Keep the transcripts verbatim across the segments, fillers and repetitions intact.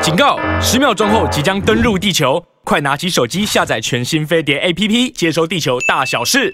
警告！十秒钟后即将登陆地球，快拿起手机下载全新飞碟 A P P， 接收地球大小事。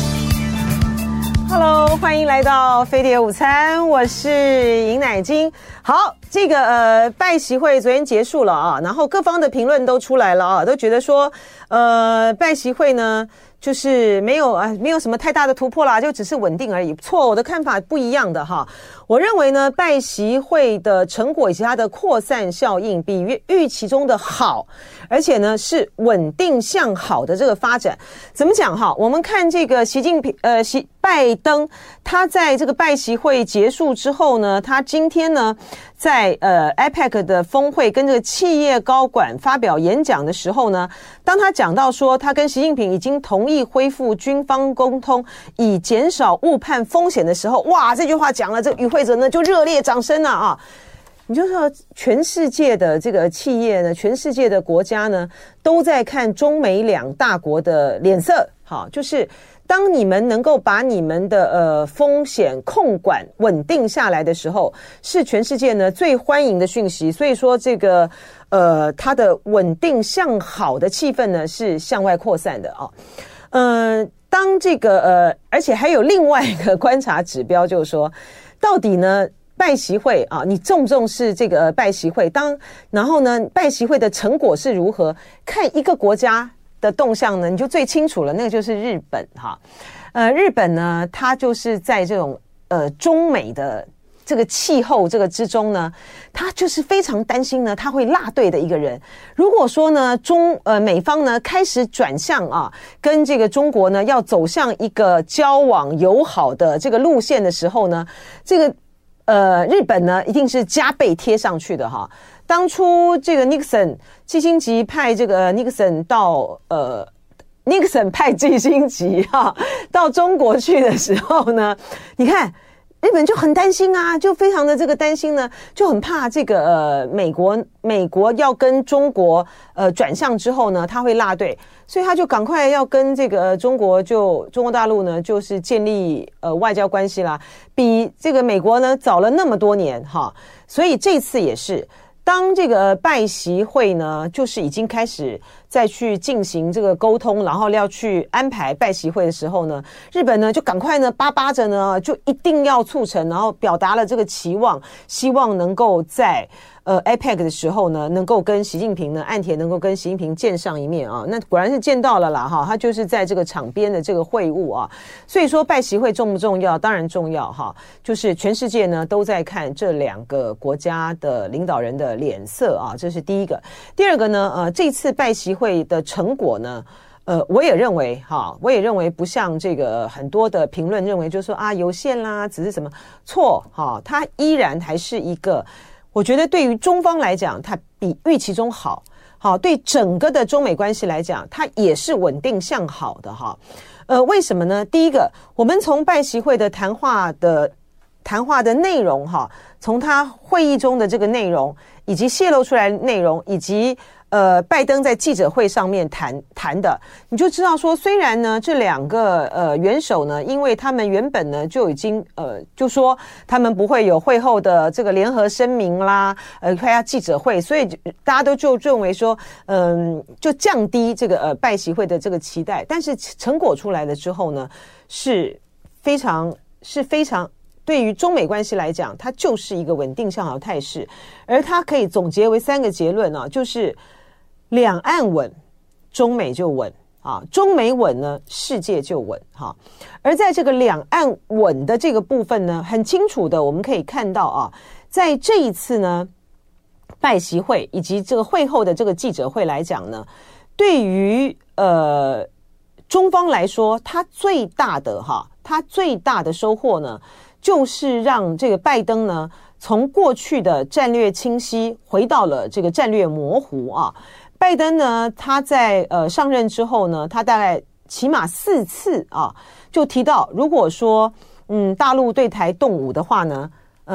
Hello， 欢迎来到飞碟午餐，我是尹乃菁。好，这个呃拜习会昨天结束了啊，然后各方的评论都出来了啊，都觉得说呃拜习会呢就是没有啊没有什么太大的突破啦，就只是稳定而已。错，我的看法不一样的哈。我认为呢，拜习会的成果以及它的扩散效应比预期中的好，而且呢是稳定向好的这个发展。怎么讲哈？我们看这个习近平呃习拜登，他在这个拜习会结束之后呢，他今天呢在呃 A P E C 的峰会跟这个企业高管发表演讲的时候呢，当他讲到说他跟习近平已经同意恢复军方沟通，以减少误判风险的时候，哇，这句话讲了，这个与会者呢就热烈掌声了啊！你就说全世界的这个企业呢，全世界的国家呢，都在看中美两大国的脸色，好，就是当你们能够把你们的呃风险控管稳定下来的时候，是全世界呢最欢迎的讯息。所以说这个呃它的稳定向好的气氛呢是向外扩散的啊。嗯、呃，当这个呃，而且还有另外一个观察指标，就是说，到底呢拜习会啊，你重不重视这个拜习会？当然后呢，拜习会的成果是如何？看一个国家的动向呢，你就最清楚了，那个就是日本哈。呃，日本呢，它就是在这种呃中美的这个气候这个之中呢，他就是非常担心呢，他会落队的一个人。如果说呢，中呃美方呢开始转向啊，跟这个中国呢要走向一个交往友好的这个路线的时候呢，这个呃日本呢一定是加倍贴上去的哈。当初这个 Nixon 基辛格派这个 Nixon 到呃 Nixon 派基辛格哈到中国去的时候呢，你看日本就很担心啊，就非常的这个担心呢，就很怕这个呃美国美国要跟中国呃转向之后呢，他会落队，所以他就赶快要跟这个、呃、中国就中国大陆呢就是建立呃外交关系啦，比这个美国呢早了那么多年哈，所以这次也是。当这个拜习会呢，就是已经开始再去进行这个沟通，然后要去安排拜习会的时候呢，日本呢就赶快呢巴巴着呢，就一定要促成，然后表达了这个期望，希望能够在呃 A P E C 的时候呢，能够跟习近平呢，岸田能够跟习近平见上一面啊。那果然是见到了啦哈，他就是在这个场边的这个会晤啊。所以说拜习会重不重要？当然重要哈，就是全世界呢都在看这两个国家的领导人的脸色啊，这是第一个。第二个呢，呃，这次拜习会的成果呢，呃，我也认为哈，我也认为不像这个很多的评论认为，就是说啊有限啦，只是什么错哈，它依然还是一个，我觉得对于中方来讲，它比预期中好，好，对整个的中美关系来讲，它也是稳定向好的哈。呃，为什么呢？第一个，我们从拜习会的谈话的谈话的内容哈，从他会议中的这个内容，以及泄露出来的内容，以及呃拜登在记者会上面谈谈的，你就知道说，虽然呢这两个呃元首呢，因为他们原本呢就已经呃就说他们不会有会后的这个联合声明啦，呃开下记者会，所以大家都就认为说，嗯、呃，就降低这个呃拜习会的这个期待，但是成果出来了之后呢，是非常是非常。对于中美关系来讲，它就是一个稳定向好的态势，而它可以总结为三个结论啊，就是两岸稳，中美就稳啊，中美稳呢，世界就稳哈。而在这个两岸稳的这个部分呢，很清楚的我们可以看到啊，在这一次呢拜习会以及这个会后的这个记者会来讲呢，对于呃中方来说，它最大的哈，它最大的收获呢。就是让这个拜登呢，从过去的战略清晰回到了这个战略模糊啊。拜登呢，他在呃上任之后呢，他大概起码四次啊，就提到如果说嗯大陆对台动武的话呢，呃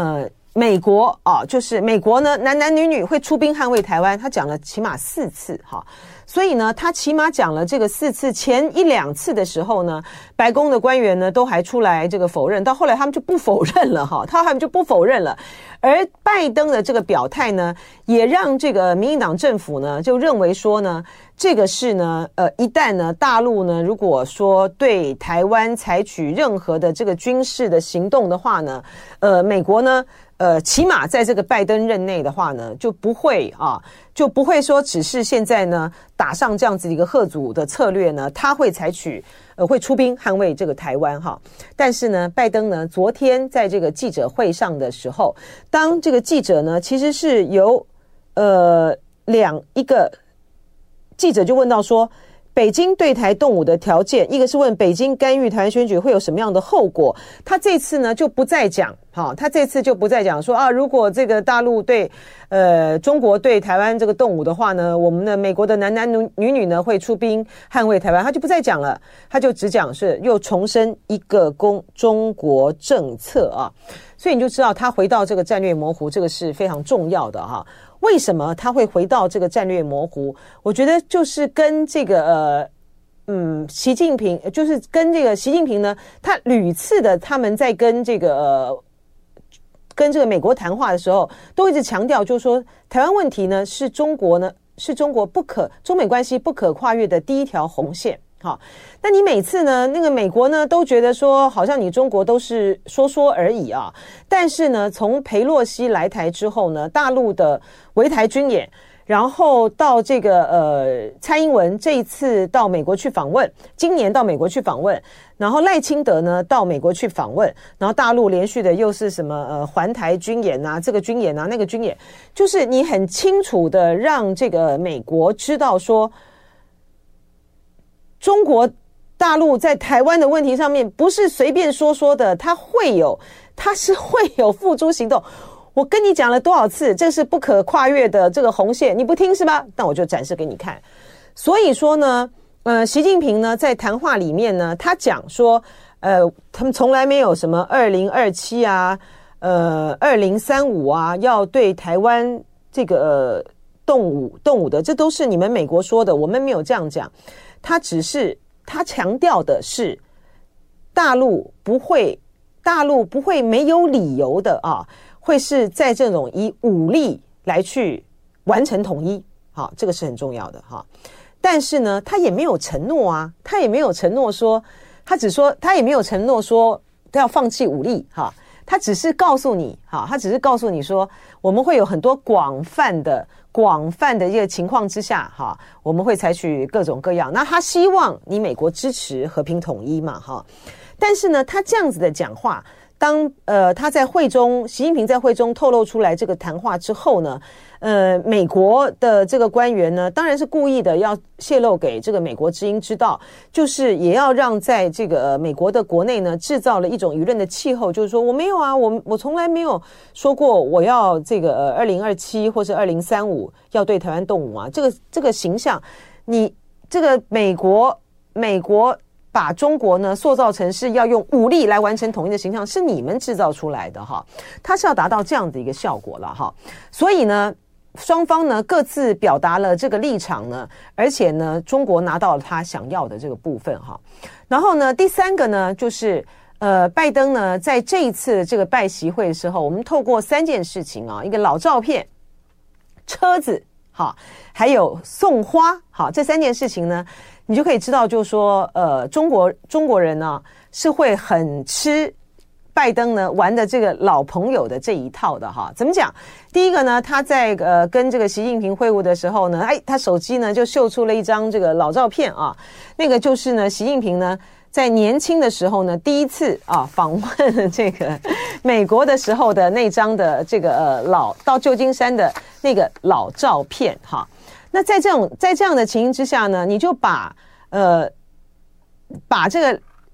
美国啊，就是美国呢，男男女女会出兵捍卫台湾，他讲了起码四次哈，所以呢，他起码讲了这个四次，前一两次的时候呢，白宫的官员呢都还出来这个否认，到后来他们就不否认了哈，他们就不否认了，而拜登的这个表态呢，也让这个民进党政府呢就认为说呢，这个是呢，呃，一旦呢大陆呢如果说对台湾采取任何的这个军事的行动的话呢，呃，美国呢。呃，起码在这个拜登任内的话呢，就不会啊，就不会说只是现在呢打上这样子一个嚇阻的策略呢，他会采取呃会出兵捍卫这个台湾哈。但是呢，拜登呢昨天在这个记者会上的时候，当这个记者呢其实是由呃两一个记者就问到说。北京对台动武的条件，一个是问北京干预台湾选举会有什么样的后果，他这次呢就不再讲，好，他这次就不再讲说啊，如果这个大陆对呃中国对台湾这个动武的话呢，我们的美国的男男女女呢会出兵捍卫台湾，他就不再讲了，他就只讲是又重申一个公中国政策啊，所以你就知道他回到这个战略模糊，这个是非常重要的哈。为什么他会回到这个战略模糊？我觉得就是跟这个呃，嗯，习近平，就是跟这个习近平呢，他屡次的他们在跟这个呃，跟这个美国谈话的时候，都一直强调，就是说台湾问题呢是中国呢是中国不可中美关系不可跨越的第一条红线。好，那你每次呢，那个美国呢都觉得说，好像你中国都是说说而已啊。但是呢，从裴洛西来台之后呢，大陆的围台军演，然后到这个呃蔡英文这一次到美国去访问，今年到美国去访问，然后赖清德呢到美国去访问，然后大陆连续的又是什么呃环台军演啊，这个军演啊，那个军演，就是你很清楚的让这个美国知道说。中国大陆在台湾的问题上面不是随便说说的，它会有，它是会有付诸行动。我跟你讲了多少次，这是不可跨越的这个红线，你不听是吧？那我就展示给你看。所以说呢，呃，习近平呢在谈话里面呢，他讲说，呃，他们从来没有什么二零二七啊，呃，二零三五啊，要对台湾这个、呃、动武动武的，这都是你们美国说的，我们没有这样讲。他只是他强调的是，大陆不会，大陆不会没有理由的啊，会是在这种以武力来去完成统一，好，这个是很重要的哈。但是呢，他也没有承诺啊，他也没有承诺说，他只说他也没有承诺说他要放弃武力哈，他只是告诉你哈，他只是告诉你说，我们会有很多广泛的。广泛的一个情况之下哈，我们会采取各种各样。那他希望你美国支持和平统一嘛哈，但是呢，他这样子的讲话，当呃他在会中，习近平在会中透露出来这个谈话之后呢，呃，美国的这个官员呢，当然是故意的要泄露给这个美国之音知道，就是也要让在这个、呃、美国的国内呢，制造了一种舆论的气候，就是说我没有啊，我我从来没有说过我要这个呃二零二七或是二零三五要对台湾动武啊，这个这个形象，你这个美国美国。把中国呢塑造成是要用武力来完成统一的形象，是你们制造出来的哈，它是要达到这样的一个效果了哈。所以呢，双方呢各自表达了这个立场呢，而且呢，中国拿到了他想要的这个部分哈。然后呢，第三个呢，就是呃，拜登呢在这一次这个拜习会的时候，我们透过三件事情啊，一个老照片、车子，好，还有送花，好，这三件事情呢。你就可以知道，就是说，呃，中国中国人呢是会很吃拜登呢玩的这个老朋友的这一套的哈。怎么讲？第一个呢，他在呃跟这个习近平会晤的时候呢，哎，他手机呢就秀出了一张这个老照片啊，那个就是呢，习近平呢在年轻的时候呢，第一次啊访问这个美国的时候的那张的这个呃老到旧金山的那个老照片哈。那在这种在这样的情形之下呢，你就把呃把这个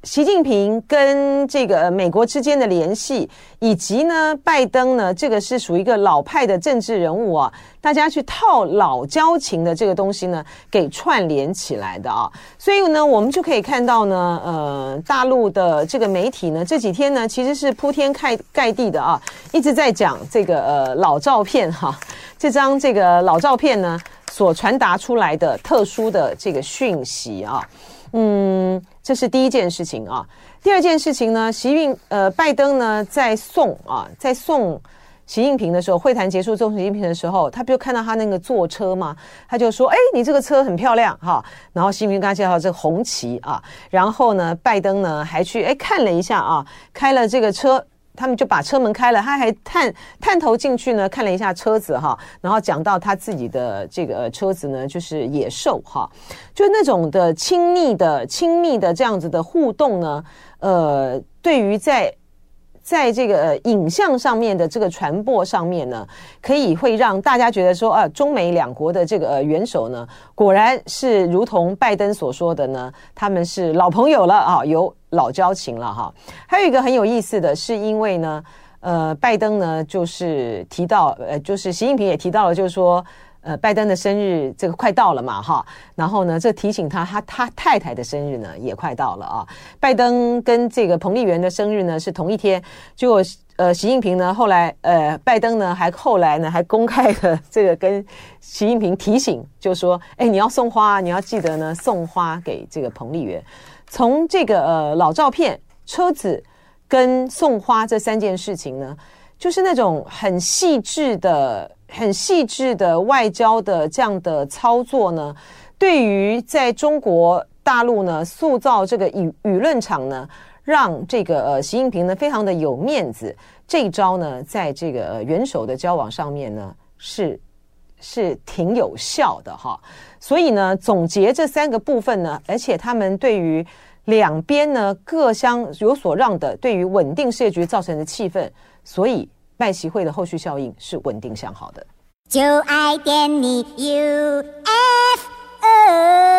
习近平跟这个美国之间的联系，以及呢拜登呢，这个是属于一个老派的政治人物啊，大家去套老交情的这个东西呢，给串联起来的啊。所以呢，我们就可以看到呢，呃，大陆的这个媒体呢，这几天呢，其实是铺天盖盖地的啊，一直在讲这个呃老照片哈、啊，这张这个老照片呢所传达出来的特殊的这个讯息啊。嗯，这是第一件事情啊。第二件事情呢，习近呃拜登呢在送啊，在送习近平的时候，会谈结束送习近平的时候，他不就看到他那个坐车吗？他就说：“哎，你这个车很漂亮哈。”然后习近平跟他介绍这个红旗啊，然后呢，拜登呢还去哎看了一下啊，开了这个车。他们就把车门开了，他还探探头进去呢，看了一下车子哈，然后讲到他自己的这个车子呢，就是野兽哈，就那种的亲密的、亲密的这样子的互动呢，呃，对于在在这个、呃、影像上面的这个传播上面呢，可以会让大家觉得说啊，中美两国的这个、呃、元首呢，果然是如同拜登所说的呢，他们是老朋友了啊，有老交情了哈。还有一个很有意思的是，因为呢，呃，拜登呢就是提到，呃，就是习近平也提到了，就是说。呃，拜登的生日这个快到了嘛，哈，然后呢，这提醒他，他他太太的生日呢也快到了啊。拜登跟这个彭丽媛的生日呢是同一天，结果呃，习近平呢后来呃，拜登呢还后来呢还公开了这个跟习近平提醒，就说，哎，你要送花，你要记得呢送花给这个彭丽媛。从这个呃老照片、车子跟送花这三件事情呢，就是那种很细致的。很细致的外交的这样的操作呢，对于在中国大陆呢塑造这个舆舆论场呢，让这个呃习近平呢非常的有面子。这一招呢，在这个、呃、元首的交往上面呢，是是挺有效的哈。所以呢，总结这三个部分呢，而且他们对于两边呢各相有所让的，对于稳定世界局造成的气氛，所以。拜习会的后续效应是稳定向好的。就爱点你 U F O